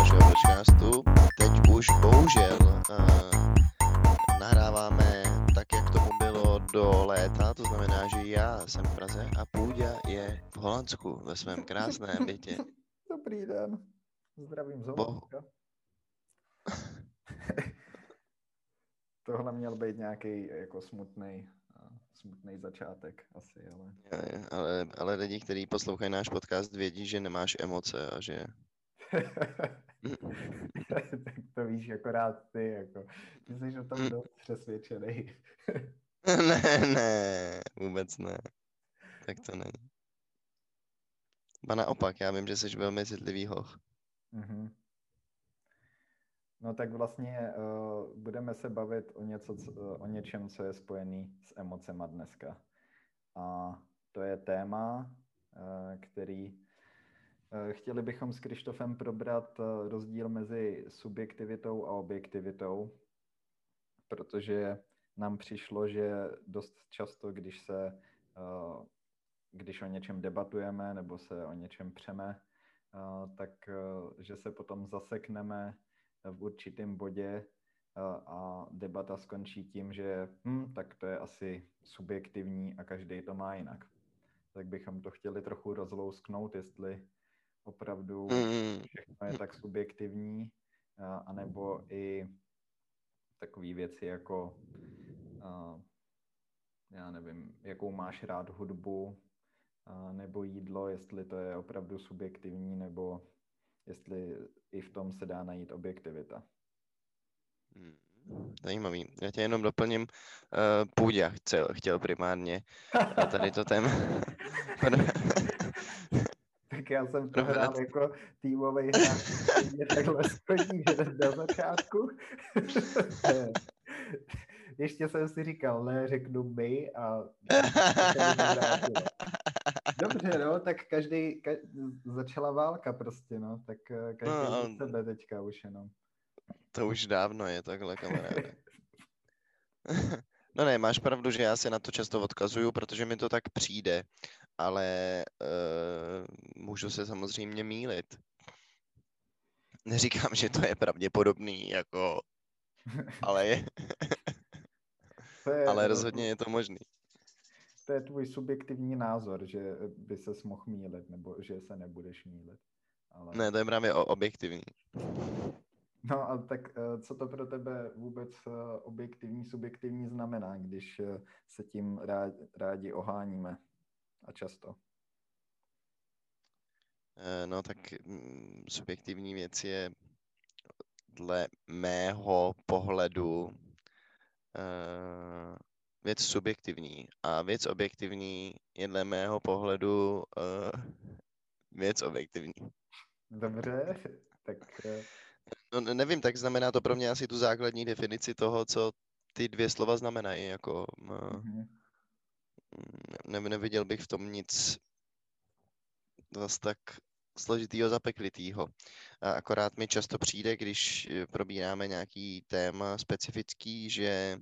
našeho podcastu. Teď už bohužel nahráváme tak, jak tomu bylo do léta, to znamená, že já jsem v Praze a Půďa je v Holandsku ve svém krásném bytě. Dobrý den, zdravím z Bo... Holandska. Tohle měl být nějaký jako smutný začátek asi, ale lidi, kteří poslouchají náš podcast, vědí, že nemáš emoce a že... Tak to víš akorát ty, jako. Ty jsi o tom dost přesvědčený. Ne, vůbec ne. Tak to není. Ba naopak, já vím, že jsi velmi citlivý hoch. Mm-hmm. No tak vlastně budeme se bavit o něčem, co je spojený s emocema dneska. A to je téma, který chtěli bychom s Krištofem probrat rozdíl mezi subjektivitou a objektivitou, protože nám přišlo, že dost často, když o něčem debatujeme nebo se o něčem přeme, tak že se potom zasekneme v určitém bodě a debata skončí tím, že tak to je asi subjektivní a každý to má jinak. Tak bychom to chtěli trochu rozlousknout, jestli opravdu všechno je tak subjektivní, anebo i takové věci jako, já nevím, jakou máš rád hudbu, nebo jídlo, jestli to je opravdu subjektivní, nebo jestli i v tom se dá najít objektivita. Zajímavý. Já tě jenom doplním. Půďa chtěl primárně tady to téma. Tak já jsem to hrál jako týmovej hráč, mě takhle schodí hned na začátku. Ještě jsem si říkal, ne, řeknu my a dobře, no, tak začala válka prostě, no, tak každý od sebe teďka už jenom. To už dávno je takhle, kamaráde. No ne, máš pravdu, že já se na to často odkazuju, protože mi to tak přijde, ale můžu se samozřejmě mýlit. Neříkám, že to je pravděpodobný, jako, ale ale rozhodně je to možný. To je tvůj subjektivní názor, že by ses mohl mýlit, nebo že se nebudeš mýlit. Ale... Ne, to je právě objektivní. No a tak co to pro tebe vůbec objektivní, subjektivní znamená, když se tím rádi oháníme a často? No tak subjektivní věc je dle mého pohledu věc subjektivní a věc objektivní je dle mého pohledu věc objektivní. Dobře, tak... No nevím, tak znamená to pro mě asi tu základní definici toho, co ty dvě slova znamenají, jako neviděl bych v tom nic zase tak složitýho, zapeklitýho. A akorát mi často přijde, když probíráme nějaký téma specifický, že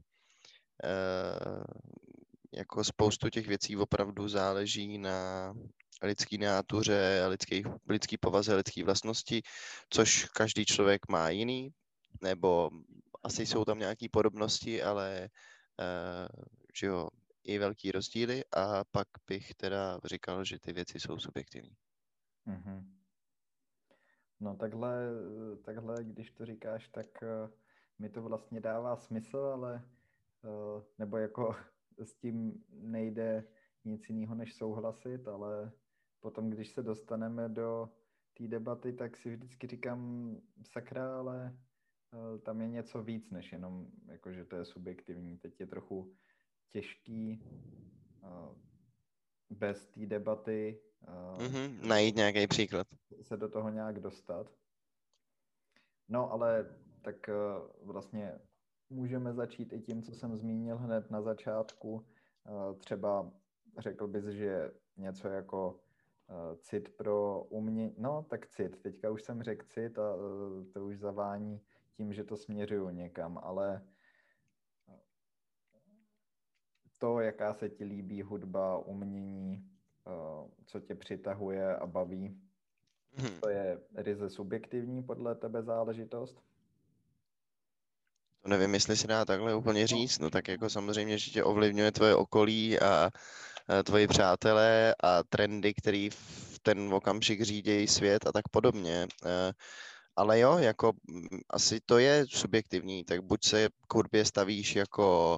jako spoustu těch věcí opravdu záleží na lidský nátuře, lidský povaze, lidský vlastnosti, což každý člověk má jiný, nebo asi jsou tam nějaké podobnosti, ale že jo, i velký rozdíly a pak bych teda říkal, že ty věci jsou subjektivní. Mm-hmm. No takhle, když to říkáš, tak mi to vlastně dává smysl, ale nebo jako s tím nejde nic jiného, než souhlasit, ale potom, když se dostaneme do té debaty, tak si vždycky říkám, sakra, ale tam je něco víc, než jenom, jako, že to je subjektivní. Teď je trochu těžký bez té debaty najít nějaký příklad. Se do toho nějak dostat. No, ale tak vlastně můžeme začít i tím, co jsem zmínil hned na začátku. Třeba řekl bys, že něco jako cit pro umění. No, tak cit. Teďka už jsem řekl cit a to už zavání tím, že to směřuju někam, ale to, jaká se ti líbí hudba, umění, co tě přitahuje a baví, To je ryze subjektivní podle tebe záležitost? To nevím, jestli se dá takhle úplně říct, no tak jako samozřejmě, že tě ovlivňuje tvoje okolí a tvoji přátelé a trendy, který v ten okamžik řídějí svět a tak podobně. Ale jo, jako asi to je subjektivní, tak buď se k hudbě stavíš jako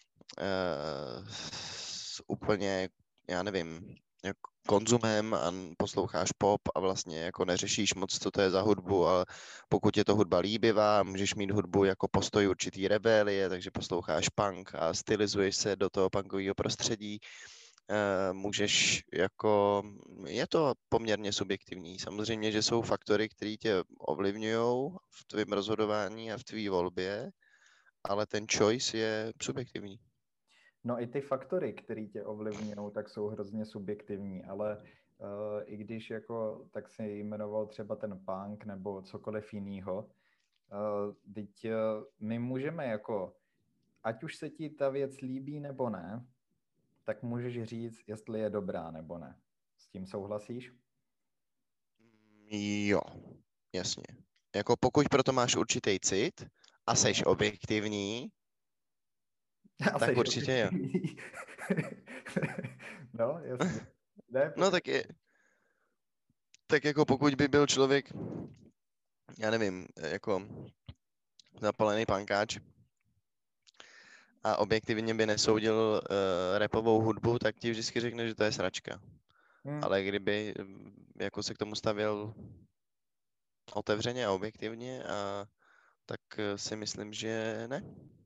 úplně, já nevím, jako konzumem a posloucháš pop a vlastně jako neřešíš moc, co to je za hudbu, ale pokud je to hudba líbivá, můžeš mít hudbu jako postoj určitý rebelie, takže posloucháš punk a stylizuješ se do toho punkového prostředí. Můžeš jako, je to poměrně subjektivní. Samozřejmě, že jsou faktory, které tě ovlivňují v tvém rozhodování a v tvý volbě, ale ten choice je subjektivní. No i ty faktory, které tě ovlivňují, tak jsou hrozně subjektivní, ale i když jako, tak se jmenoval třeba ten punk nebo cokoliv jiného, teď my můžeme jako, ať už se ti ta věc líbí nebo ne, tak můžeš říct, jestli je dobrá nebo ne. S tím souhlasíš? Jo, jasně. Jako pokud proto máš určitý cit a seš objektivní, A tak seš určitě jo. objektivní. No, jasně. Ne, No tak jako pokud by byl člověk, já nevím, jako zapalený pankáč a objektivně by nesoudil rapovou hudbu, tak ti vždycky řekne, že to je sračka. Ale kdyby jako se k tomu stavěl otevřeně a objektivně, tak si myslím, že ne.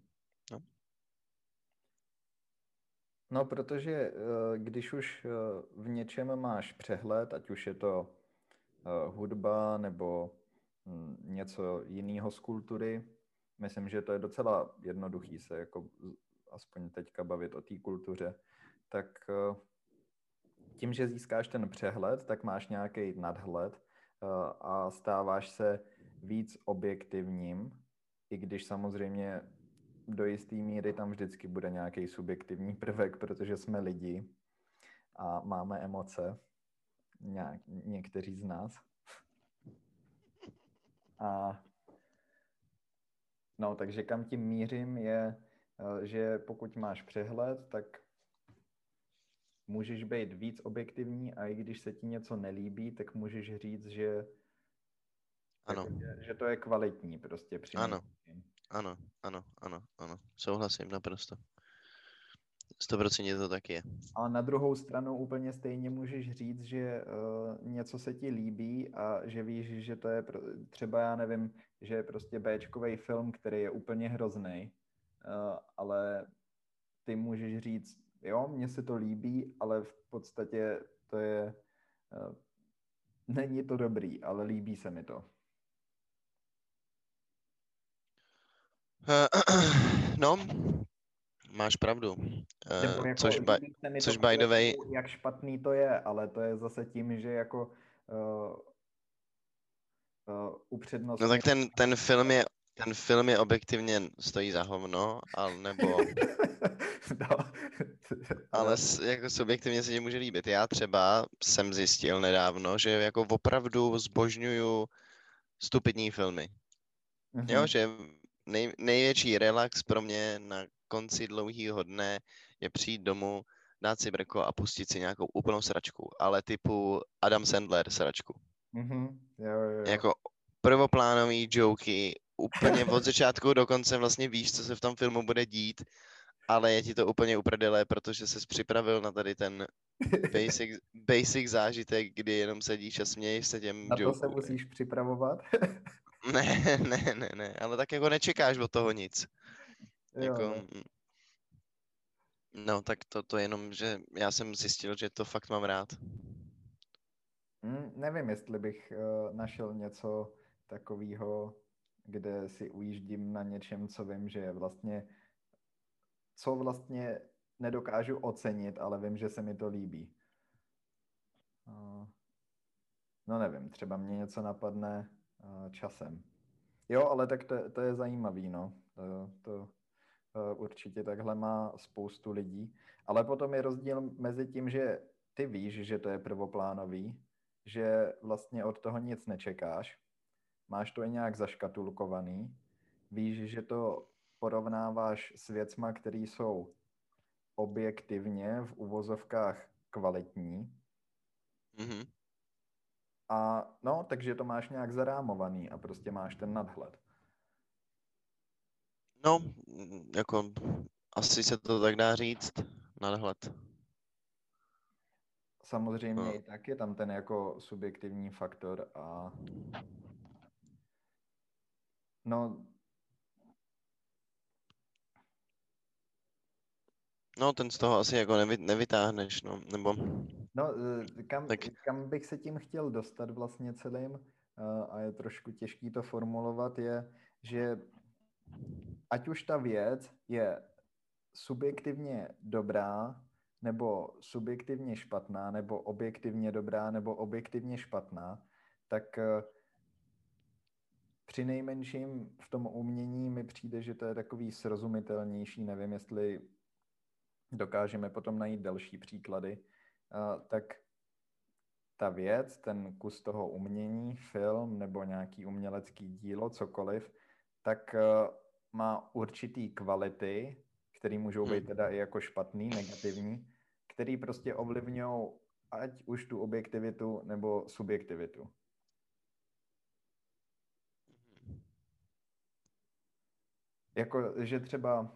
No, protože když už v něčem máš přehled, ať už je to hudba nebo něco jiného z kultury, myslím, že to je docela jednoduchý se jako aspoň teďka bavit o té kultuře, tak tím, že získáš ten přehled, tak máš nějaký nadhled a stáváš se víc objektivním, i když samozřejmě do jisté míry tam vždycky bude nějaký subjektivní prvek, protože jsme lidi a máme emoce, někteří z nás. A no, takže kam tím mířím je, že pokud máš přehled, tak můžeš být víc objektivní a i když se ti něco nelíbí, tak můžeš říct, že, Ano. jako, že to je kvalitní prostě při Ano. nejmenším. Ano. Souhlasím naprosto. 100% to tak je. Ale na druhou stranu úplně stejně můžeš říct, že něco se ti líbí a že víš, že to je třeba, já nevím, že je prostě Bčkovej film, který je úplně hrozný, ale ty můžeš říct, jo, mně se to líbí, ale v podstatě to je, není to dobrý, ale líbí se mi to. No, máš pravdu. Nebo jako Což líbí se mi to by the way, jak špatný to je, ale to je zase tím, že jako upřednostňuje... no tak ten film je objektivně stojí za hovno, ale nebo... no. Ale jako subjektivně se ti může líbit. Já třeba jsem zjistil nedávno, že jako opravdu zbožňuju stupidní filmy. Jo, že největší relax pro mě na konci dlouhého dne je přijít domů, dát si brko a pustit si nějakou úplnou sračku, ale typu Adam Sandler sračku. Jo. Jako prvoplánový joky, úplně od začátku do konce vlastně víš, co se v tom filmu bude dít, ale je ti to úplně uprdele, protože ses připravil na tady ten basic zážitek, kdy jenom sedíš a směješ se těm Na to jokům. se musíš připravovat? Ne, ale tak jako nečekáš od toho nic. Jako, no, tak to jenom, že já jsem zjistil, že to fakt mám rád. Nevím, jestli bych našel něco takového, kde si ujíždím na něčem, co vím, že je vlastně, co vlastně nedokážu ocenit, ale vím, že se mi to líbí. No nevím, třeba mě něco napadne časem. Jo, ale tak to je zajímavý, no. To určitě takhle má spoustu lidí. Ale potom je rozdíl mezi tím, že ty víš, že to je prvoplánový že vlastně od toho nic nečekáš, máš to i nějak zaškatulkovaný, víš, že to porovnáváš s věcma, které jsou objektivně v uvozovkách kvalitní. Mhm. A no, takže to máš nějak zarámovaný a prostě máš ten nadhled. No, jako asi se to tak dá říct, nadhled. Samozřejmě No. i tak je tam ten jako subjektivní faktor a no, No, ten z toho asi jako nevytáhneš, no, nebo no tak. kam bych se tím chtěl dostat vlastně celým a je trošku těžký to formulovat, je, že ať už ta věc je subjektivně dobrá, nebo subjektivně špatná, nebo objektivně dobrá, nebo objektivně špatná, tak při nejmenším v tom umění mi přijde, že to je takový srozumitelnější, nevím, jestli dokážeme potom najít další příklady, tak ta věc, ten kus toho umění, film nebo nějaký umělecký dílo, cokoliv, tak má určitý kvality, které můžou být teda i jako špatný, negativní, který prostě ovlivňují ať už tu objektivitu nebo subjektivitu. Jako, že třeba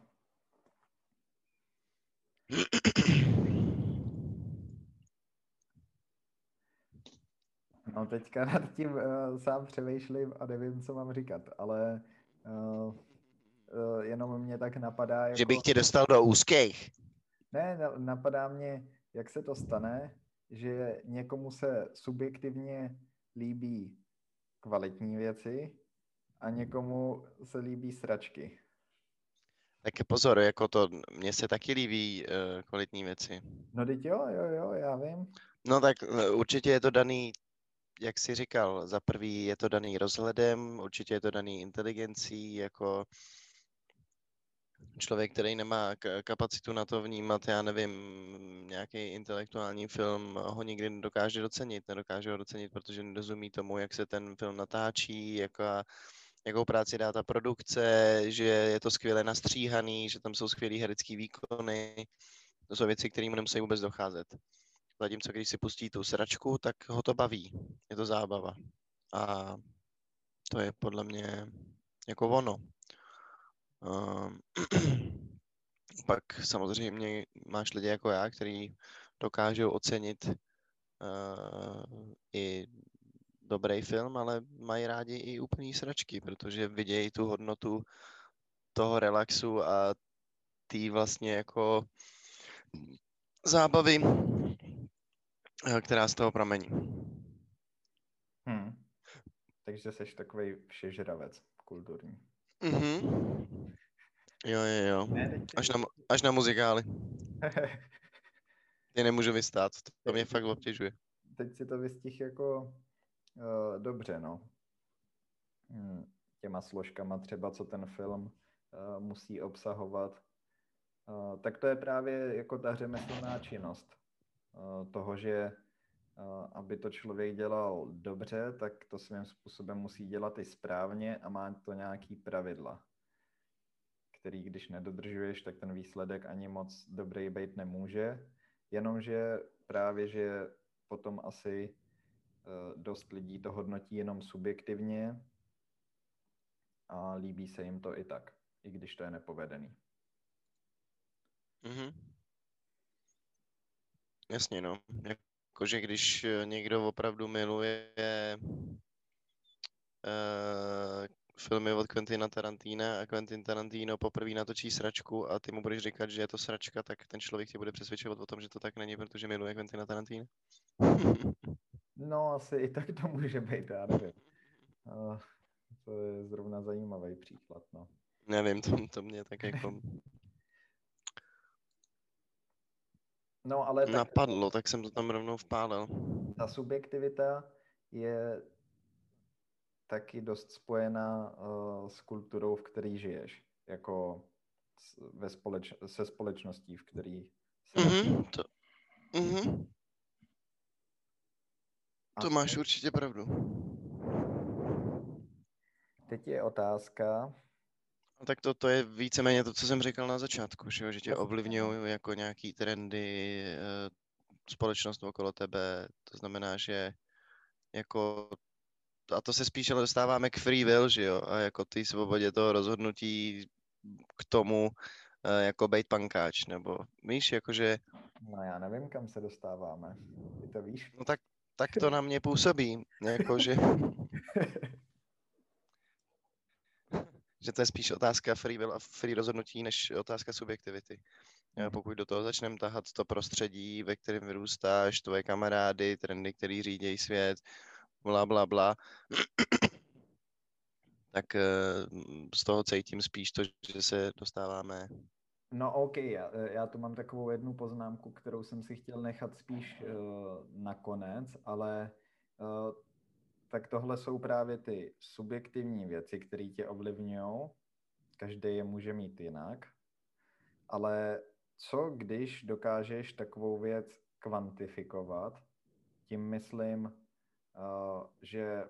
no teďka nad tím sám přemýšlím a nevím, co mám říkat, ale jenom mě tak napadá Že bych jako... tě dostal do úzkých. Ne, napadá mě, jak se to stane, že někomu se subjektivně líbí kvalitní věci a někomu se líbí sračky. Tak pozor, jako to, mně se taky líbí kvalitní věci. No teď jo, já vím. No tak určitě je to daný, jak jsi říkal, za prvý je to daný rozhledem, určitě je to daný inteligencí, jako člověk, který nemá kapacitu na to vnímat, já nevím, nějaký intelektuální film, ho nikdy nedokáže ho docenit, protože nerozumí tomu, jak se ten film natáčí, jakou práci dá ta produkce, že je to skvěle nastříhaný, že tam jsou skvělý herecký výkony. To jsou věci, kterým nemusí vůbec docházet. Zatímco když si pustí tu sračku, tak ho to baví. Je to zábava. A to je podle mě jako ono. Pak samozřejmě máš lidi jako já, kteří dokážou ocenit i dobrý film, ale mají rádi i úplný sračky, protože vidějí tu hodnotu toho relaxu a tý vlastně jako zábavy, která z toho pramení. Takže jsi takovej všežravec kulturní. Mhm. Jo. Ne, Až na muzikály. Ty nemůžu vystát, to mě fakt obtěžuje. Teď si to vystihl jako dobře, no. Těma složkama třeba, co ten film musí obsahovat. Tak to je právě jako ta řemeslná činnost toho, že aby to člověk dělal dobře, tak to svým způsobem musí dělat i správně a má to nějaký pravidla, který když nedodržuješ, tak ten výsledek ani moc dobrý být nemůže. Jenomže právě, že potom asi dost lidí to hodnotí jenom subjektivně a líbí se jim to i tak, i když to je nepovedený. Mhm. Jasně, no. Jakože když někdo opravdu miluje filmy od Quentina Tarantina a Quentin Tarantino poprvé natočí sračku a ty mu budeš říkat, že je to sračka, tak ten člověk tě bude přesvědčovat o tom, že to tak není, protože miluje Quentina Tarantina. No, asi i tak to může být, já nevím. To je zrovna zajímavý příklad, no. Nevím, to mě tak jako no, ale napadlo, tak jsem to tam rovnou vpálil. Ta subjektivita je taky dost spojená s kulturou, v které žiješ, jako se společností, v které se Mhm. To máš určitě pravdu. Teď je otázka. No tak to je víceméně to, co jsem říkal na začátku, že tě ovlivňují jako nějaký trendy, společnost okolo tebe, to znamená, že jako, a to se spíš ale dostáváme k free will, že jo, a jako ty svobodě toho rozhodnutí k tomu, jako bejt pankáč, nebo víš, jakože... No já nevím, kam se dostáváme. Ty to víš? No tak to na mě působí, jakože... že to je spíš otázka free will a free rozhodnutí, než otázka subjektivity. Pokud do toho začneme tahat to prostředí, ve kterém vyrůstáš, tvoje kamarády, trendy, který řídějí svět, bla, bla, bla, tak z toho cítím spíš to, že se dostáváme... No OK, já tu mám takovou jednu poznámku, kterou jsem si chtěl nechat spíš nakonec, ale tak tohle jsou právě ty subjektivní věci, které tě ovlivňují. Každý je může mít jinak. Ale co když dokážeš takovou věc kvantifikovat? Tím myslím, že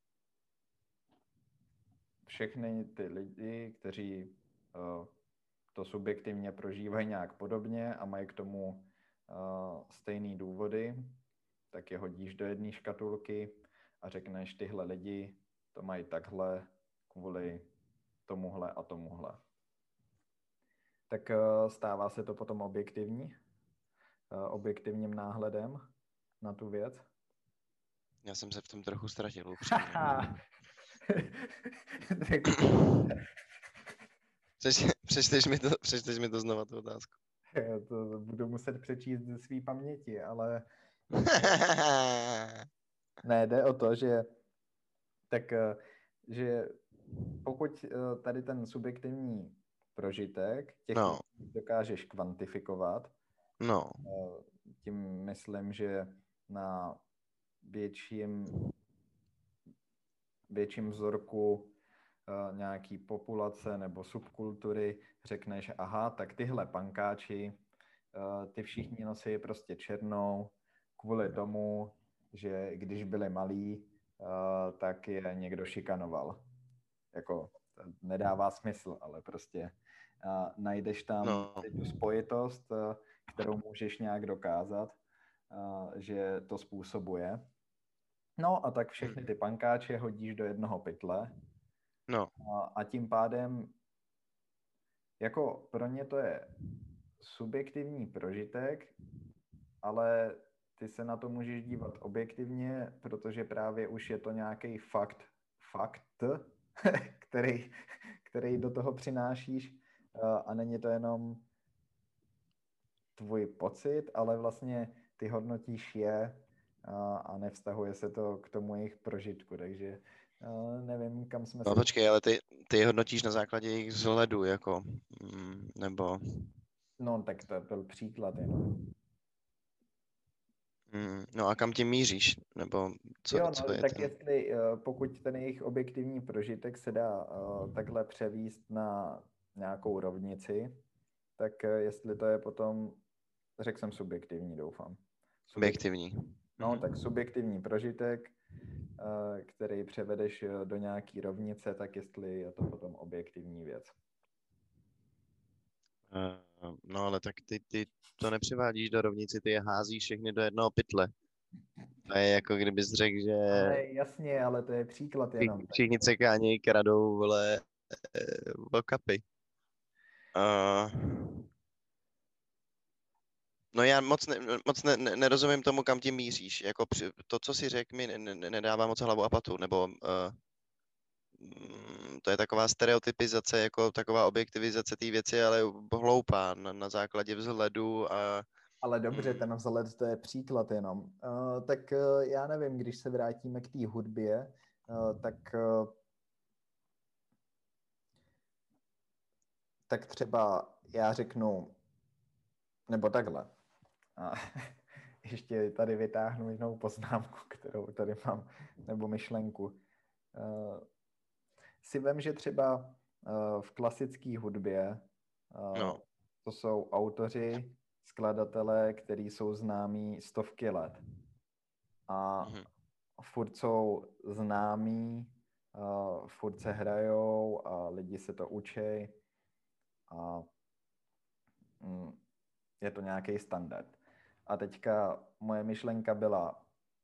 všechny ty lidi, kteří to subjektivně prožívají nějak podobně a mají k tomu stejný důvody, tak je hodíš do jedné škatulky a řekneš, tyhle lidi to mají takhle kvůli tomuhle a tomuhle. Tak stává se to potom objektivním náhledem na tu věc? Já jsem se v tom trochu ztratil, upřímně. Přečteš mi to znova, tu otázku. Já to budu muset přečíst ze své paměti, ale ne, jde o to, že pokud tady ten subjektivní prožitek těch dokážeš kvantifikovat, tím myslím, že na větším vzorku nějaký populace nebo subkultury řekneš, aha, tak tyhle pankáči, ty všichni nosí prostě černou kvůli tomu, že když byli malí, tak je někdo šikanoval. Jako, to nedává smysl, ale prostě najdeš tam tu spojitost, kterou můžeš nějak dokázat, že to způsobuje. No a tak všechny ty pankáče hodíš do jednoho pytle. No. A tím pádem, jako pro ně to je subjektivní prožitek, ale ty se na to můžeš dívat objektivně, protože právě už je to nějaký fakt, který do toho přinášíš a není to jenom tvůj pocit, ale vlastně ty hodnotíš je a nevztahuje se to k tomu jejich prožitku, takže nevím, kam jsme se... No počkej, ale ty hodnotíš na základě jejich vzhledu, jako, nebo... No, tak to byl příklad jenom. No a kam tím míříš? Nebo co, jo, co je tak ten... jestli, pokud ten jejich objektivní prožitek se dá takhle převíst na nějakou rovnici, tak jestli to je potom, řekl jsem subjektivní, doufám. Subjektivní. No, tak subjektivní prožitek, který převedeš do nějaký rovnice, tak jestli je to potom objektivní věc. No ale tak ty to nepřevádíš do rovnici, ty je házíš všechny do jednoho pytle. To je jako kdybys řekl, že... Ale jasně, ale to je příklad jenom. Všichni cekáni kradou, vole, kapy. No já moc nerozumím tomu, kam tím míříš. Jako to, co si řekl, mi nedává moc hlavu a patu, nebo to je taková stereotypizace, jako taková objektivizace té věci, ale hloupá na základě vzhledu a... Ale dobře, ten vzhled, to je příklad jenom. Tak já nevím, když se vrátíme k té hudbě, tak třeba já řeknu, nebo takhle. Ještě tady vytáhnu jinou poznámku, kterou tady mám, nebo myšlenku. Si vem, že třeba v klasické hudbě to jsou autoři, skladatelé, kteří jsou známí stovky let. A furt jsou známí, furt se hrajou a lidi se to učí a je to nějaký standard. A teďka moje myšlenka byla,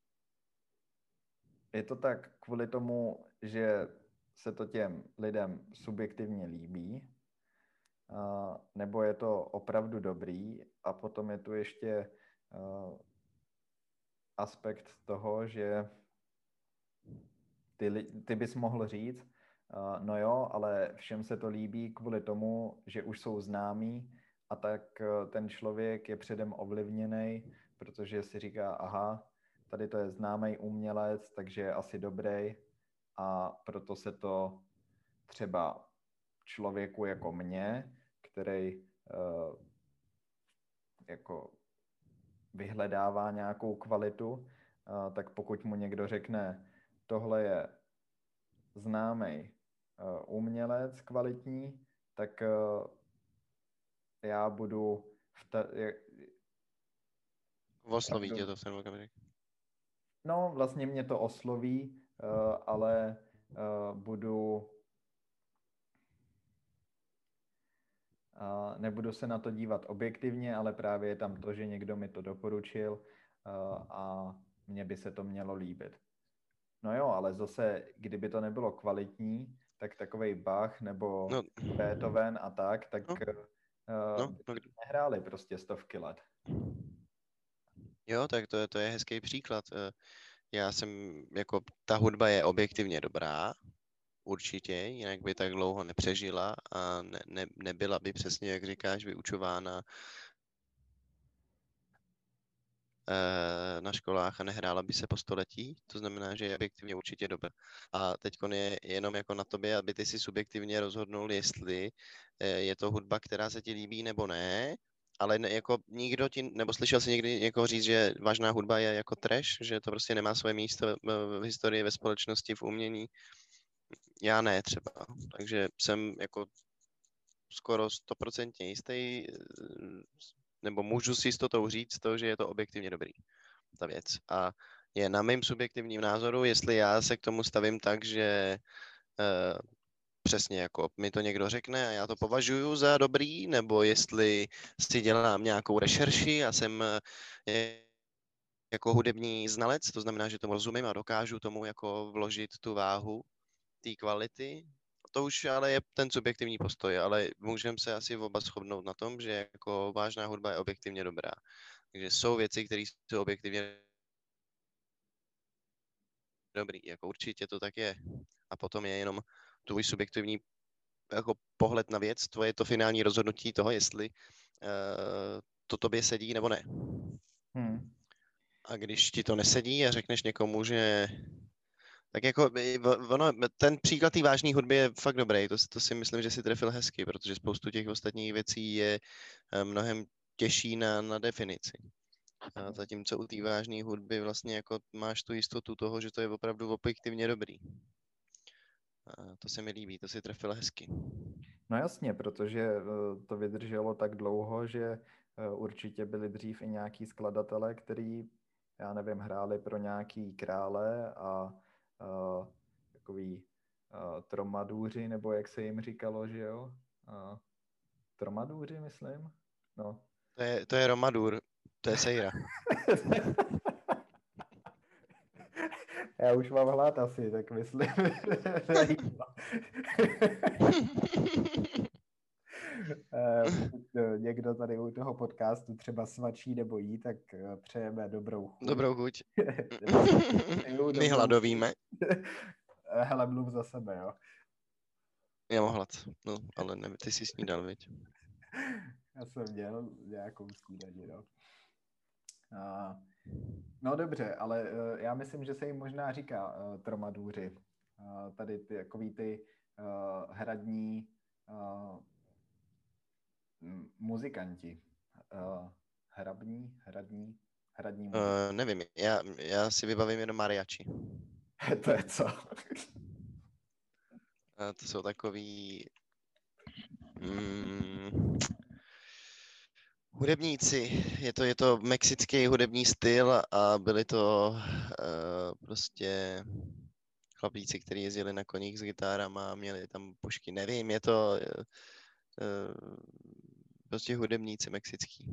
je to tak kvůli tomu, že se to těm lidem subjektivně líbí, nebo je to opravdu dobrý a potom je tu ještě aspekt toho, že ty bys mohl říct, no jo, ale všem se to líbí kvůli tomu, že už jsou známí a tak ten člověk je předem ovlivněný, protože si říká, aha, tady to je známý umělec, takže je asi dobrý a proto se to třeba člověku jako mě, který jako vyhledává nějakou kvalitu, tak pokud mu někdo řekne, tohle je známý umělec kvalitní, tak já budu Osloví tě to v ten okamžik. No, vlastně mě to osloví, ale nebudu se na to dívat objektivně, ale právě je tam to, že někdo mi to doporučil a mně by se to mělo líbit. No jo, ale zase, kdyby to nebylo kvalitní, tak takovej Bach nebo Beethoven a tak nehráli prostě stovky let. Jo, tak to je hezký příklad. Já jsem, jako ta hudba je objektivně dobrá, určitě, jinak by tak dlouho nepřežila a nebyla by přesně, jak říkáš, vyučována na školách a nehrála by se po století, to znamená, že je objektivně určitě dobrá. A teď je jenom jako na tobě, aby ty si subjektivně rozhodnul, jestli je to hudba, která se ti líbí nebo ne, ale jako nikdo ti, nebo slyšel jsi někdy někoho říct, že vážná hudba je jako trash, že to prostě nemá své místo v historii, ve společnosti, v umění? Já ne třeba, takže jsem jako skoro 100% jistý, nebo můžu si jistotou říct to, že je to objektivně dobrý, ta věc. A je na mém subjektivním názoru, jestli já se k tomu stavím tak, že přesně jako mi to někdo řekne a já to považuji za dobrý, nebo jestli si dělám nějakou rešerši a jsem jako hudební znalec, to znamená, že tomu rozumím a dokážu tomu jako vložit tu váhu té kvality. To už ale je ten subjektivní postoj, ale můžeme se asi oba shodnout na tom, že jako vážná hudba je objektivně dobrá. Takže jsou věci, které jsou objektivně dobrý, jako určitě to tak je. A potom je jenom tvůj subjektivní jako pohled na věc, tvoje to finální rozhodnutí toho, jestli to tobě sedí nebo ne. A když ti to nesedí a řekneš někomu, že tak jako ono, ten příklad té vážné hudby je fakt dobrý, to si myslím, že si trefil hezky, protože spoustu těch ostatních věcí je mnohem těžší na definici. A zatímco u té vážné hudby vlastně jako máš tu jistotu toho, že to je opravdu objektivně dobrý. A to se mi líbí, to si trefil hezky. No jasně, protože to vydrželo tak dlouho, že určitě byli dřív i nějaký skladatelé, který, já nevím, hráli pro nějaký krále a takový tromadůři, nebo jak se jim říkalo, že jo? Tromadůři, myslím? No. To je Romadur, to je Sejra. Já už mám hlad asi, tak myslím. Pokud někdo tady u toho podcastu třeba svačí nebo jí, tak přejeme dobrou chuť. Dobrou chuť. My hladovíme. Hele, mluv za sebe, jo. Já mám hlad, no, ale ne, ty jsi snídal, viď? Já jsem měl nějakou snídaní, no. No dobře, ale já myslím, že se jim možná říká tromadůři. Tady ty takový ty hradní muzikanti. Hradní muzikanti. Nevím, já si vybavím jenom mariachi. To je co? To jsou takový Hudebníci, je to mexický hudební styl a byli to prostě chlapíci, kteří jezdili na koních s gitárama a měli tam pušky. Nevím, je to prostě hudebníci mexický.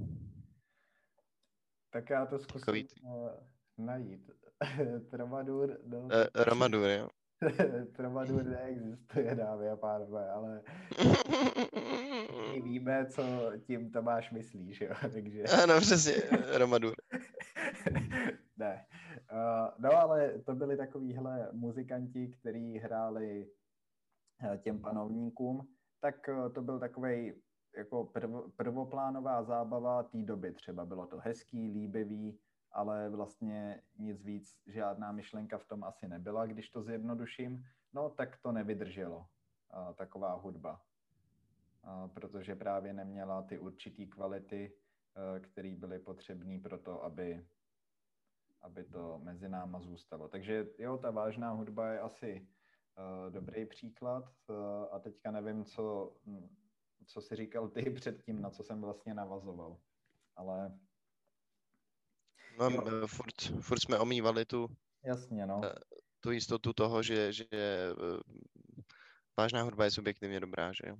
Tak já to Takový zkusím najít. Troubadour, no. Romadur, jo. Troubadour neexistuje, dámy a pánové, ale všichni víme, co tím Tomáš myslíš, jo, takže... Ano, přesně, Romadur. Ne. No, ale to byli takovýhle muzikanti, kteří hráli těm panovníkům, tak to byl takovej jako prvoplánová zábava té doby třeba. Bylo to hezký, líbivý, ale vlastně nic víc, žádná myšlenka v tom asi nebyla, když to zjednoduším. No, tak to nevydrželo, taková hudba. Protože právě neměla ty určitý kvality, které byly potřebné pro to, aby to mezi náma zůstalo. Takže jo, ta vážná hudba je asi dobrý příklad a teďka nevím, co jsi říkal ty předtím, na co jsem vlastně navazoval. Ale... No, furt jsme omývali Jasně, no. Tu jistotu toho, že vážná hudba je subjektivně dobrá, že jo?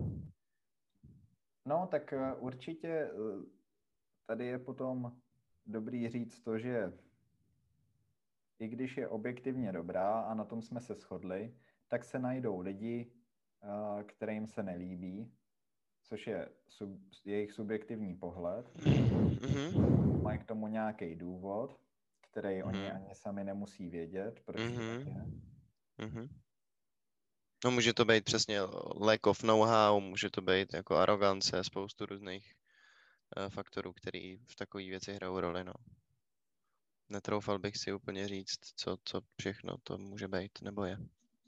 No, tak určitě tady je potom dobrý říct to, že i když je objektivně dobrá a na tom jsme se shodli, tak se najdou lidi, kterým se nelíbí, což je jejich subjektivní pohled. Mm-hmm. Mají k tomu nějaký důvod, který oni ani sami nemusí vědět, proč to tak je. Mm-hmm. No, může to být přesně lack of know-how, může to být jako arogance, spoustu různých faktorů, který v takové věci hrajou roli, no. Netroufal bych si úplně říct, co všechno to může být, nebo je.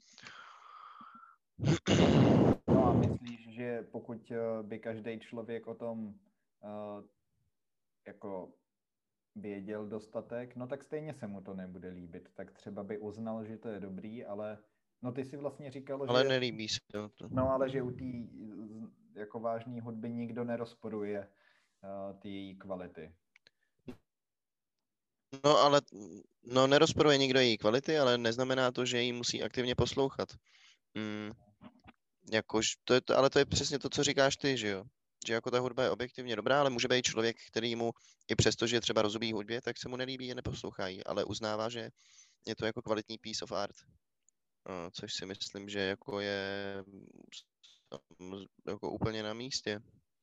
No a myslíš, že pokud by každý člověk o tom jako věděl dostatek, no tak stejně se mu to nebude líbit. Tak třeba by uznal, že to je dobrý, ale no ty si vlastně říkal, ale že... nelíbí se to. No ale že u té jako vážné hudby nikdo nerozporuje ty její kvality. No ale nerozporuje nikdo její kvality, ale neznamená to, že ji musí aktivně poslouchat. Ale to je přesně to, co říkáš ty, že jo? Že jako ta hudba je objektivně dobrá, ale může být člověk, který mu i přesto, že třeba rozumí hudbě, tak se mu nelíbí a neposlouchají, ale uznává, že je to jako kvalitní piece of art. Což si myslím, že jako je jako úplně na místě.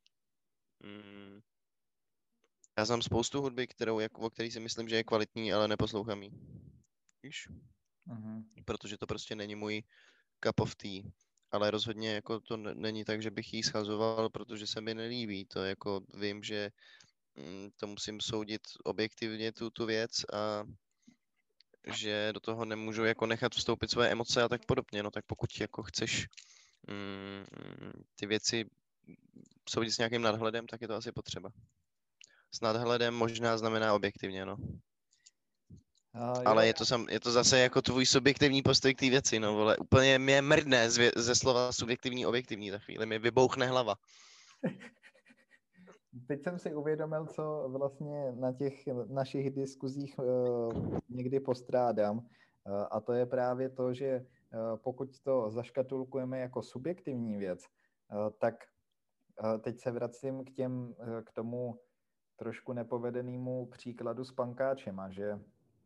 Já znám spoustu hudby, o který si myslím, že je kvalitní, ale neposlouchám ji. Víš? Uh-huh. Protože to prostě není můj cup of tea. Ale rozhodně jako to není tak, že bych jí schazoval, protože se mi nelíbí. To jako vím, že to musím soudit objektivně tu věc a že do toho nemůžu jako nechat vstoupit své emoce a tak podobně. No tak pokud jako chceš ty věci soudit s nějakým nadhledem, tak je to asi potřeba. S nadhledem možná znamená objektivně, no. Ale je to zase jako tvůj subjektivní postoj k té věci, no vole. Úplně mě mrdne ze slova subjektivní, objektivní. Za chvíli mi vybouchne hlava. Teď jsem si uvědomil, co vlastně na těch našich diskuzích někdy postrádám. A to je právě to, že pokud to zaškatulkujeme jako subjektivní věc, tak teď se vracím k tomu trošku nepovedenému příkladu s pankáčema, že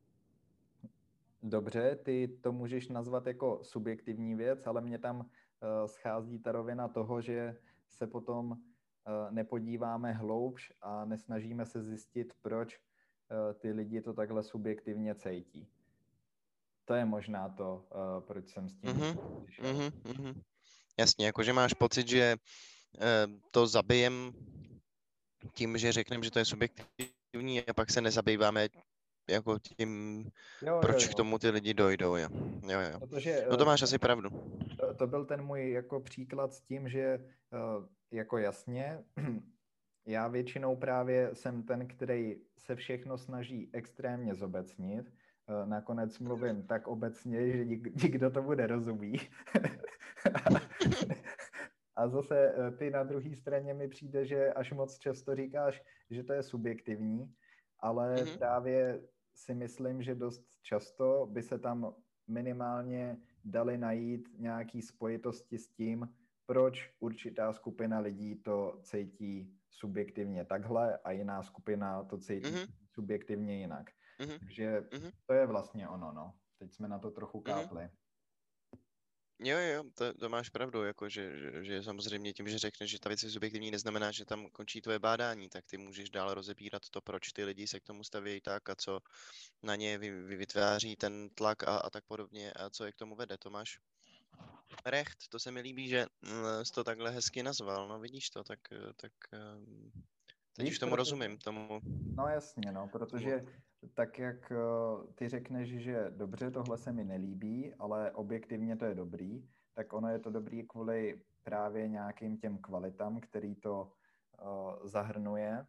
dobře, ty to můžeš nazvat jako subjektivní věc, ale mě tam schází ta rovina toho, že se potom nepodíváme hloubš a nesnažíme se zjistit, proč ty lidi to takhle subjektivně cítí. To je možná to, proč jsem s tím přišel. Jasně, jakože máš pocit, že to zabijem tím, že řekneme, že to je subjektivní a pak se nezabýváme jako tím, proč k tomu ty lidi dojdou. Jo. Protože, no to máš asi pravdu. To byl ten můj jako příklad s tím, že jako jasně, já většinou právě jsem ten, který se všechno snaží extrémně zobecnit. Nakonec mluvím tak obecně, že nikdo tomu nerozumí. A A zase ty na druhé straně mi přijde, že až moc často říkáš, že to je subjektivní, ale právě si myslím, že dost často by se tam minimálně dali najít nějaký spojitosti s tím, proč určitá skupina lidí to cítí subjektivně takhle a jiná skupina to cítí subjektivně jinak. Takže to je vlastně ono, no. Teď jsme na to trochu kápli. Jo, to máš pravdu, jako že samozřejmě tím, že řekneš, že ta věc je subjektivní, neznamená, že tam končí tvoje bádání, tak ty můžeš dál rozebírat to, proč ty lidi se k tomu stavějí tak a co na ně vytváří ten tlak a tak podobně a co je k tomu vede. To máš recht, to se mi líbí, že jsi to takhle hezky nazval, no vidíš to, tak teď už tomu rozumím, tomu. No jasně, no, protože tak, jak ty řekneš, že dobře, tohle se mi nelíbí, ale objektivně to je dobrý, tak ono je to dobrý kvůli právě nějakým těm kvalitám, který to zahrnuje.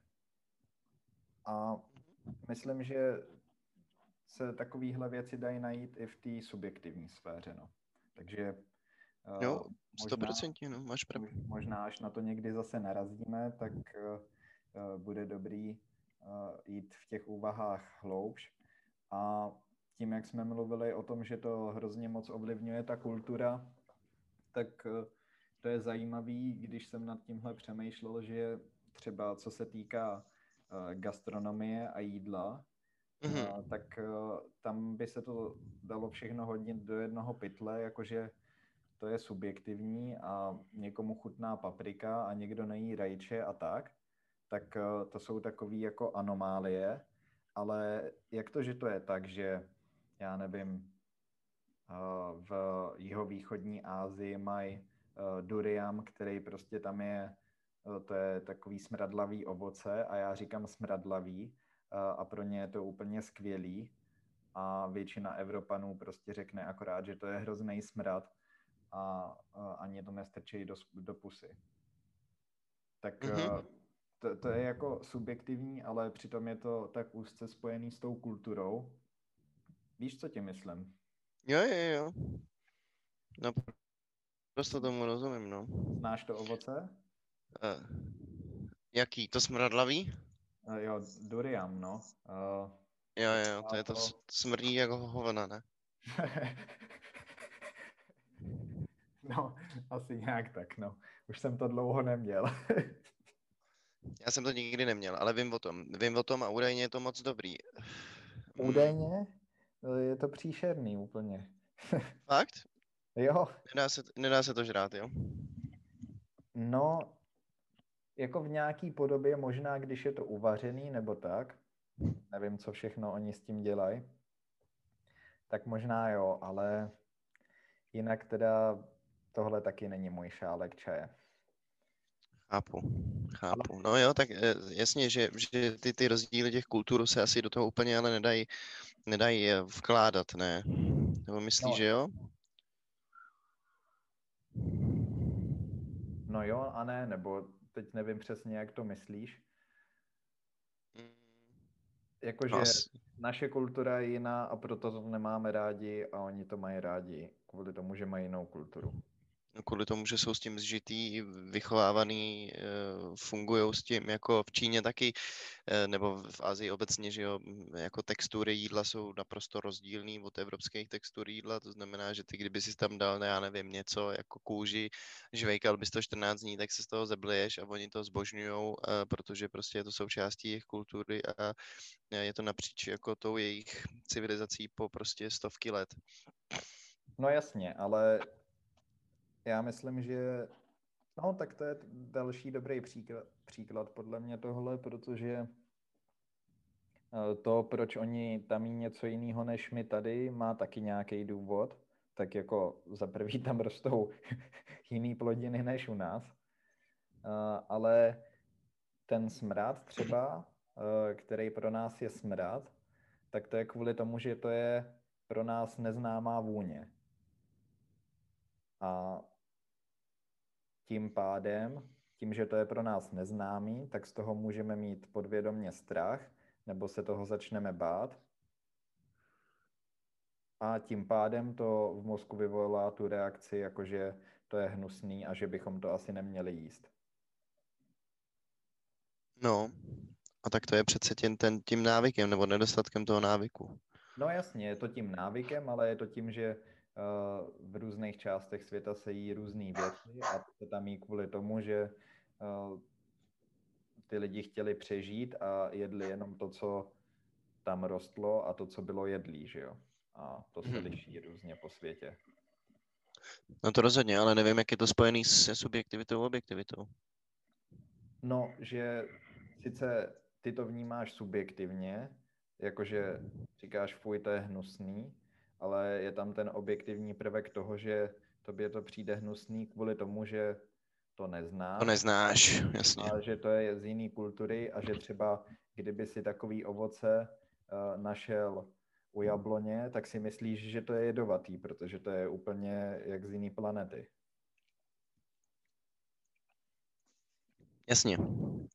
A myslím, že se takovéhle věci dají najít i v té subjektivní sféře, no. Takže Jo, 100%, no, máš pravdu. Možná, až na to někdy zase narazíme, tak bude dobrý jít v těch úvahách hloubš. A tím, jak jsme mluvili o tom, že to hrozně moc ovlivňuje ta kultura, tak to je zajímavý, když jsem nad tímhle přemýšlel, že třeba co se týká gastronomie a jídla, tak tam by se to dalo všechno hodit do jednoho pytle, jakože to je subjektivní a někomu chutná paprika a někdo nejí rajče a tak to jsou takový jako anomálie, ale jak to, že to je tak, že já nevím, v jihovýchodní Asii mají durian, který prostě tam je, to je takový smradlavý ovoce a já říkám smradlavý a pro ně je to úplně skvělý a většina Evropanů prostě řekne akorát, že to je hrozný smrad a ani to nestrčejí do pusy. Tak to je jako subjektivní, ale přitom je to tak úzce spojený s tou kulturou. Víš, co ti myslím? Jo. No, prostě tomu rozumím, no. Znáš to ovoce? Jaký? To smradlavý? Jo, durian, no. Jo, to je to smrdí jako hovna, ne? No, asi nějak tak, no. Už jsem to dlouho neměl. Já jsem to nikdy neměl, ale vím o tom. Vím o tom a údajně je to moc dobrý. Údajně? Je to příšerný úplně. Fakt? Jo. Nedá se to žrát, jo? No, jako v nějaký podobě, možná když je to uvařený nebo tak, nevím, co všechno oni s tím dělají, tak možná jo, ale jinak teda tohle taky není můj šálek čaje. Chápu. No jo, tak jasně, že ty rozdíly těch kultur se asi do toho úplně ale nedají vkládat, ne? Nebo myslíš, že jo? No jo a ne, nebo teď nevím přesně, jak to myslíš. Jakože naše kultura je jiná a proto to nemáme rádi a oni to mají rádi kvůli tomu, že mají jinou kulturu. Kvůli tomu, že jsou s tím zžitý, vychovávaný, fungují s tím, jako v Číně taky, nebo v Asii obecně, že jo, jako textury jídla jsou naprosto rozdílný od evropských textur jídla, to znamená, že ty kdyby si tam dal, já nevím, něco jako kůži, žvejkal bys to 14 dní, tak se z toho zebleješ a oni to zbožňujou, protože prostě je to součástí jejich kultury a je to napříč jako tou jejich civilizací po prostě stovky let. No jasně, ale já myslím, že no tak to je další dobrý příklad podle mě tohle, protože to, proč oni tam jí něco jiného než my tady, má taky nějaký důvod. Tak jako za prvý tam rostou jiný plodiny než u nás. Ale ten smrad třeba, který pro nás je smrad, tak to je kvůli tomu, že to je pro nás neznámá vůně. A tím pádem, tím, že to je pro nás neznámý, tak z toho můžeme mít podvědomě strach, nebo se toho začneme bát. A tím pádem to v mozku vyvolá tu reakci, jakože to je hnusný a že bychom to asi neměli jíst. No, a tak to je přece tím návykem nebo nedostatkem toho návyku. No jasně, je to tím návykem, ale je to tím, že v různých částech světa se jí různé věci a se tam jí kvůli tomu, že ty lidi chtěli přežít a jedli jenom to, co tam rostlo a to, co bylo jedlí, že jo? A to se liší různě po světě. No to rozhodně, ale nevím, jak je to spojený se subjektivitou a objektivitou. No, že sice ty to vnímáš subjektivně, jakože říkáš, fuj, to je hnusný, ale je tam ten objektivní prvek toho, že tobě to přijde hnusný kvůli tomu, že to neznáš. To neznáš, jasně. A že to je z jiné kultury a že třeba kdyby si takový ovoce našel u jabloně, tak si myslíš, že to je jedovatý, protože to je úplně jak z jiné planety. Jasně.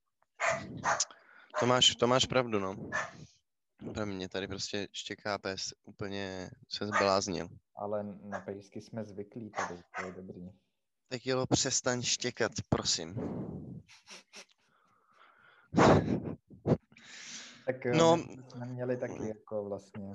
To máš pravdu, no. Pro mě tady prostě štěká pes, úplně se zbláznil. Ale na pejsky jsme zvyklí tady, to je dobrý. Tak jelo, přestaň štěkat, prosím. Tak no, my jsme měli taky jako vlastně.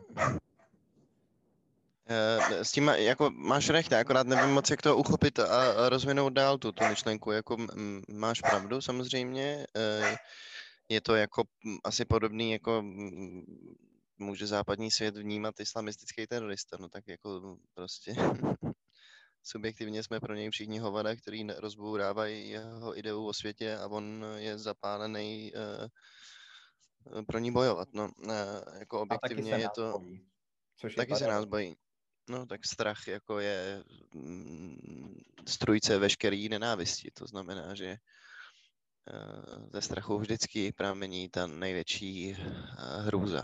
S tím jako máš recht, akorát nevím moc, jak to uchopit a rozvinout dál tu myšlenku. Jako máš pravdu samozřejmě, je to jako asi podobný, jako může západní svět vnímat islamistický terorista, no tak jako prostě subjektivně jsme pro něj všichni hovada, který rozbourávají jeho ideu o světě a on je zapálený pro ní bojovat, no. Jako objektivně a taky se je nás to... bojí, což je Taky se nás paradox. bojí. No tak strach jako je strůjce veškerý nenávisti, to znamená, že ze strachu vždycky pramení ta největší hrůza.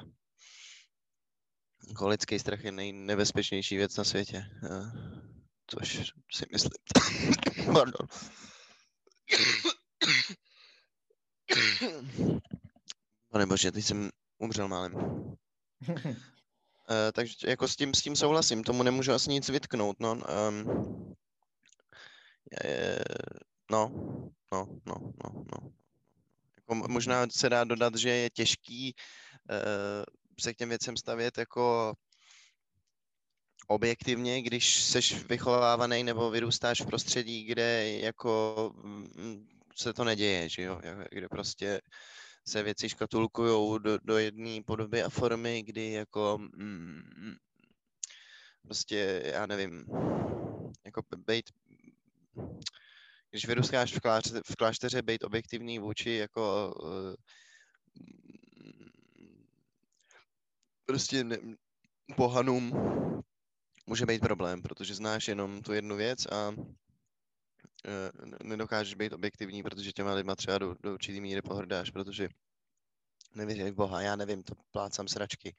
Jako lidský strach je nejnebezpečnější věc na světě, což si myslím. Pardon. Pane bože, teď jsem umřel málem. Takže jako s tím souhlasím, tomu nemůžu asi nic vytknout, no. No. Jako možná se dá dodat, že je těžký se k těm věcem stavět jako objektivně, když seš vychovávaný nebo vyrůstáš v prostředí, kde jako se to neděje, že jo, kde prostě se věci škatulkujou do jedné podoby a formy, kdy jako prostě, já nevím, jako když vyrůstáš v klášteře, být objektivní vůči jako prostě bohanům může být problém, protože znáš jenom tu jednu věc a nedokážeš být objektivní, protože těma lidma třeba do určitý míry pohrdáš, protože nevěří v Boha, já nevím, to plácám sračky,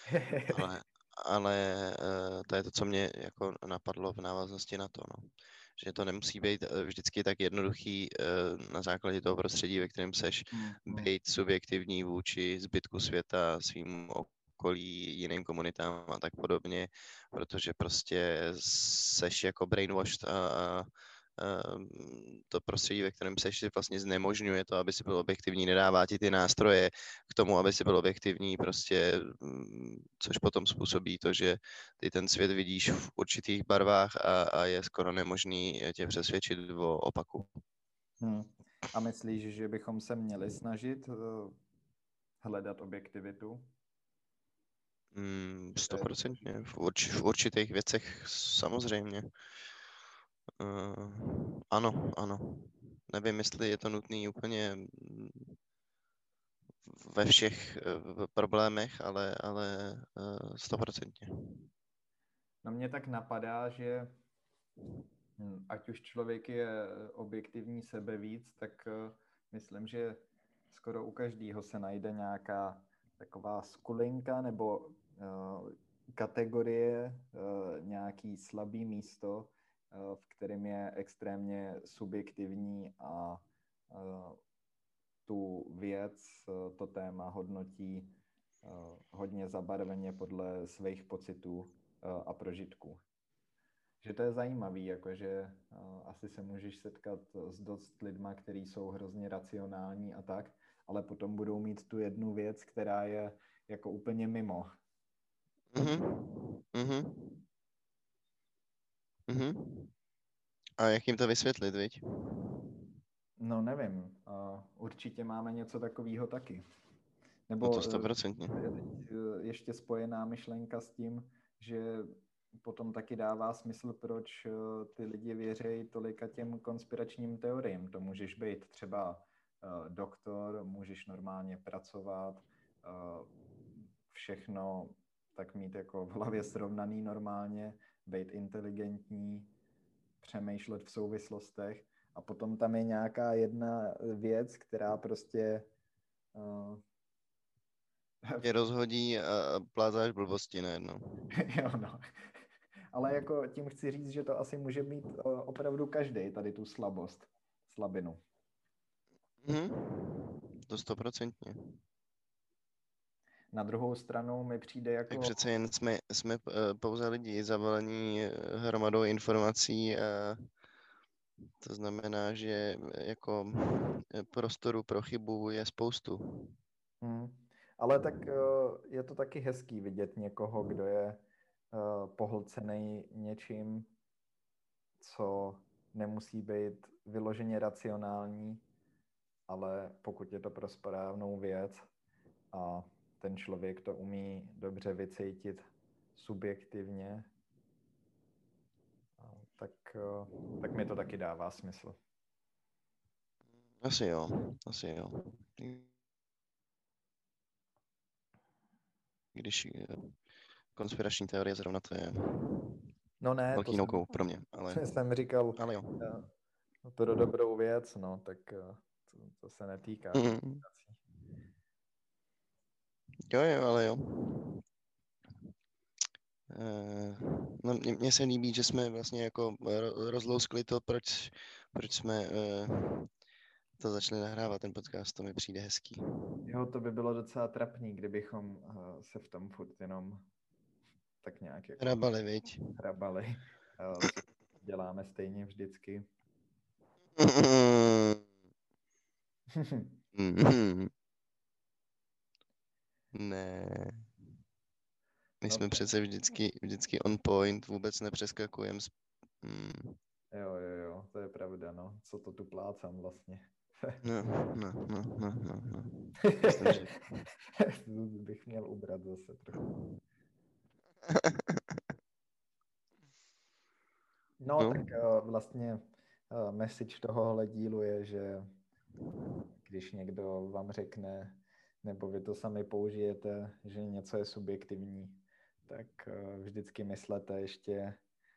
ale to je to, co mě jako napadlo v návaznosti na to, no. Že to nemusí být vždycky tak jednoduchý na základě toho prostředí, ve kterém seš, být subjektivní vůči zbytku světa, svým okolí, jiným komunitám a tak podobně, protože prostě seš jako brainwashed a to prostředí, ve kterém seš, si vlastně znemožňuje to, aby si byl objektivní, nedává ti ty nástroje k tomu, aby si byl objektivní, prostě, což potom způsobí to, že ty ten svět vidíš v určitých barvách a je skoro nemožný tě přesvědčit o opaku. A myslíš, že bychom se měli snažit hledat objektivitu? 100%. V určitých věcech samozřejmě. Ano. Nevím, jestli je to nutné úplně ve všech problémech, ale 100%. No mě tak napadá, že ať už člověk je objektivní sebevíc, tak myslím, že skoro u každého se najde nějaká taková skulinka nebo kategorie, nějaký slabý místo, v kterém je extrémně subjektivní a tu věc, to téma hodnotí hodně zabarveně podle svých pocitů a prožitků. že to je zajímavý, jakože asi se můžeš setkat s dost lidma, kteří jsou hrozně racionální a tak, ale potom budou mít tu jednu věc, která je jako úplně mimo. A jak jim to vysvětlit, viď? No nevím, určitě máme něco takového taky. Nebo No to 100%. Ještě spojená myšlenka s tím, že potom taky dává smysl, proč ty lidi věří tolika těm konspiračním teoriím. To můžeš být třeba doktor, můžeš normálně pracovat, všechno tak mít jako v hlavě srovnaný normálně, být inteligentní, přemýšlet v souvislostech a potom tam je nějaká jedna věc, která prostě tě rozhodí a plázáš blbosti najednou. Jo, no. Ale jako tím chci říct, že to asi může mít opravdu každý tady tu slabinu. To 100%. Na druhou stranu mi přijde jako... Tak přece jen jsme pouze lidi zavalení hromadou informací a to znamená, že jako prostoru pro chybu je spoustu. Ale tak je to taky hezký vidět někoho, kdo je pohlcený něčím, co nemusí být vyloženě racionální, ale pokud je to pro správnou věc a ten člověk to umí dobře vycítit subjektivně, tak mi to taky dává smysl. Asi jo. Když konspirační teorie zrovna to je no ne, velký no-go pro mě. Ale jsem říkal ale jo. pro dobrou věc, no, tak to se netýká. Jo, ale jo. No, mně se líbí, že jsme vlastně jako rozlouskli to, proč jsme to začali nahrávat, ten podcast, to mi přijde hezký. Jo, to by bylo docela trapný, kdybychom se v tom furt jenom tak nějak jako... Hrabali, viď? Hrabali. Děláme stejně vždycky. Ne. My jsme přece vždycky on point, vůbec nepřeskakujeme. Jo, to je pravda, no. Co to tu plácám vlastně? No. Myslím, že... bych měl ubrat zase trochu. No, tak vlastně message tohohle dílu je, že když někdo vám řekne, nebo vy to sami použijete, že něco je subjektivní, tak vždycky myslete ještě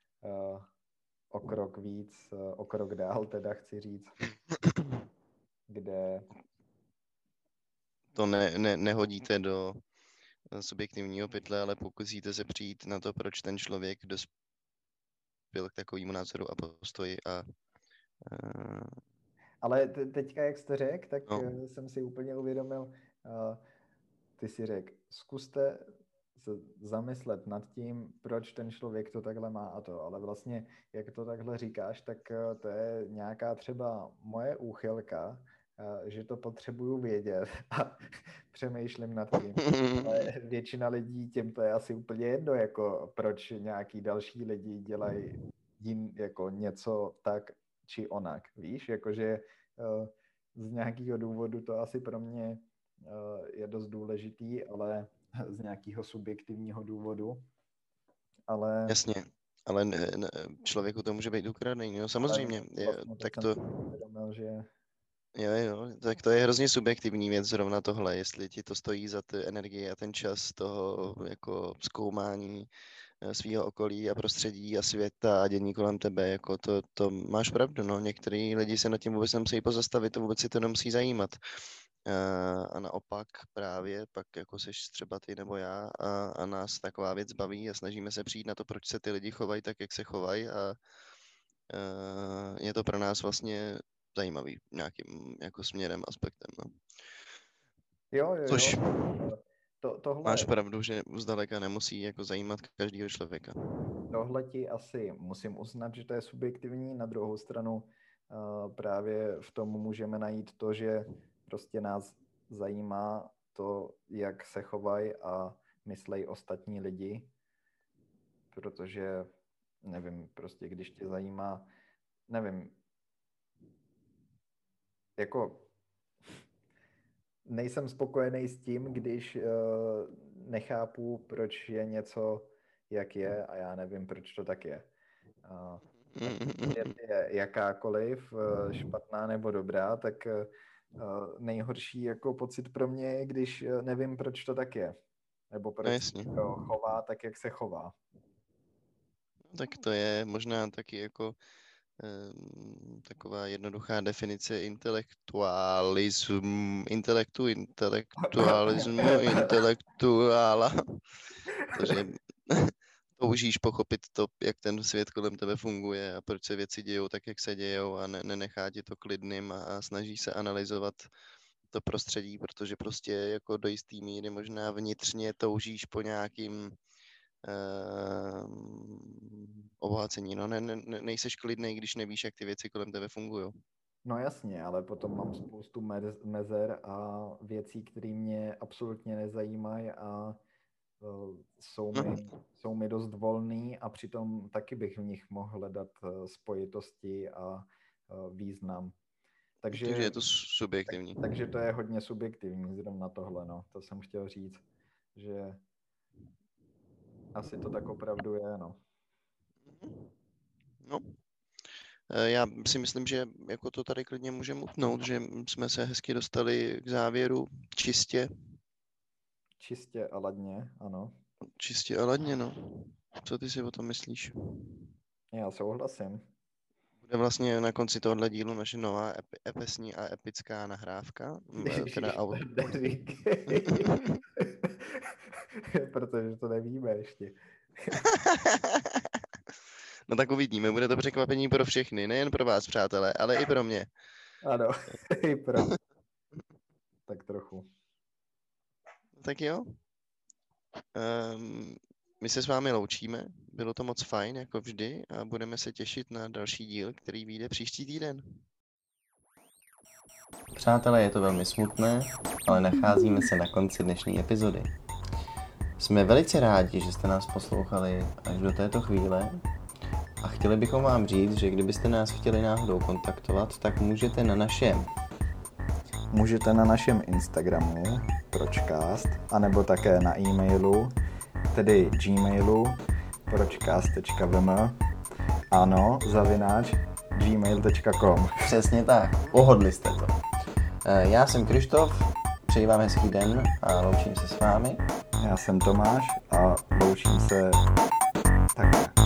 o krok víc, o krok dál, teda chci říct, kde... To nehodíte do subjektivního pytle, ale pokusíte se přijít na to, proč ten člověk dospěl k takovému názoru a postoji a Ale teďka, jak jste řekl, tak jsem si úplně uvědomil, ty si řekl, zkuste se zamyslet nad tím, proč ten člověk to takhle má a to, ale vlastně, jak to takhle říkáš, tak to je nějaká třeba moje úchylka, že to potřebuju vědět a přemýšlím nad tím. Ale většina lidí, těm to je asi úplně jedno, jako proč nějaký další lidi dělají jako něco tak či onak, víš, jakože z nějakého důvodu to asi pro mě je dost důležitý, ale z nějakého subjektivního důvodu. Ale... Jasně, ale člověku to může být ukradený, no samozřejmě. Vlastně tak to... Uvědomil, že... Jo, tak to je hrozně subjektivní věc zrovna tohle, jestli ti to stojí za ty energie a ten čas toho jako zkoumání svého okolí a prostředí a světa a dění kolem tebe, jako to máš pravdu, no, některý lidi se nad tím vůbec nemusí pozastavit, to vůbec si to nemusí zajímat. A naopak právě pak jako seš třeba ty nebo já a nás taková věc baví a snažíme se přijít na to, proč se ty lidi chovají tak, jak se chovají a je to pro nás vlastně zajímavý nějakým jako směrem, aspektem. No. Jo. Což tohle... máš pravdu, že zdaleka nemusí jako zajímat každého člověka. tohle ti asi musím uznat, že to je subjektivní. Na druhou stranu právě v tom můžeme najít to, že prostě nás zajímá to, jak se chovají a myslejí ostatní lidi, protože nevím, prostě když tě zajímá, nevím, jako nejsem spokojený s tím, když nechápu, proč je něco, jak je, a já nevím, proč to tak je. Je jakákoliv, špatná nebo dobrá, tak nejhorší jako pocit pro mě je, když nevím, proč to tak je. Nebo proč se to chová tak, jak se chová. Tak to je možná taky jako taková jednoduchá definice intelektuála. Takže toužíš pochopit to, jak ten svět kolem tebe funguje a proč se věci dějou tak, jak se dějou, a nenechá ti to klidným a snažíš se analyzovat to prostředí, protože prostě jako do jistý míry možná vnitřně toužíš po nějakým obohacení. No, nejseš klidnej, když nevíš, jak ty věci kolem tebe fungují. No jasně, ale potom mám spoustu mezer a věcí, které mě absolutně nezajímají a jsou mi dost volný, a přitom taky bych v nich mohl hledat spojitosti a význam. Takže je to subjektivní. Takže to je hodně subjektivní zrovna tohle, no. To jsem chtěl říct, že asi to tak opravdu je, no. No. Já si myslím, že jako to tady klidně můžeme utnout, že jsme se hezky dostali k závěru čistě. Čistě a ladně, ano. Čistě a ladně, no. Co ty si o tom myslíš? Já souhlasím. Bude vlastně na konci tohohle dílu naše nová epesní a epická nahrávka. Protože to nevíme ještě. No tak uvidíme, bude to překvapení pro všechny, nejen pro vás, přátelé, ale i pro mě. Ano, i pro mě. Tak trochu. Tak jo. My se s vámi loučíme, bylo to moc fajn, jako vždy, a budeme se těšit na další díl, který vyjde příští týden. Přátelé, je to velmi smutné, ale nacházíme se na konci dnešní epizody. Jsme velice rádi, že jste nás poslouchali až do této chvíle a chtěli bychom vám říct, že kdybyste nás chtěli náhodou kontaktovat, tak můžete na našem Instagramu Pročcast, anebo také na e-mailu, tedy gmailu pročcast.vm, ano, @gmail.com. Přesně tak, pohodli jste to. Já jsem Krištof, přeji vám hezký den a loučím se s vámi. Já jsem Tomáš a loučím se takhle.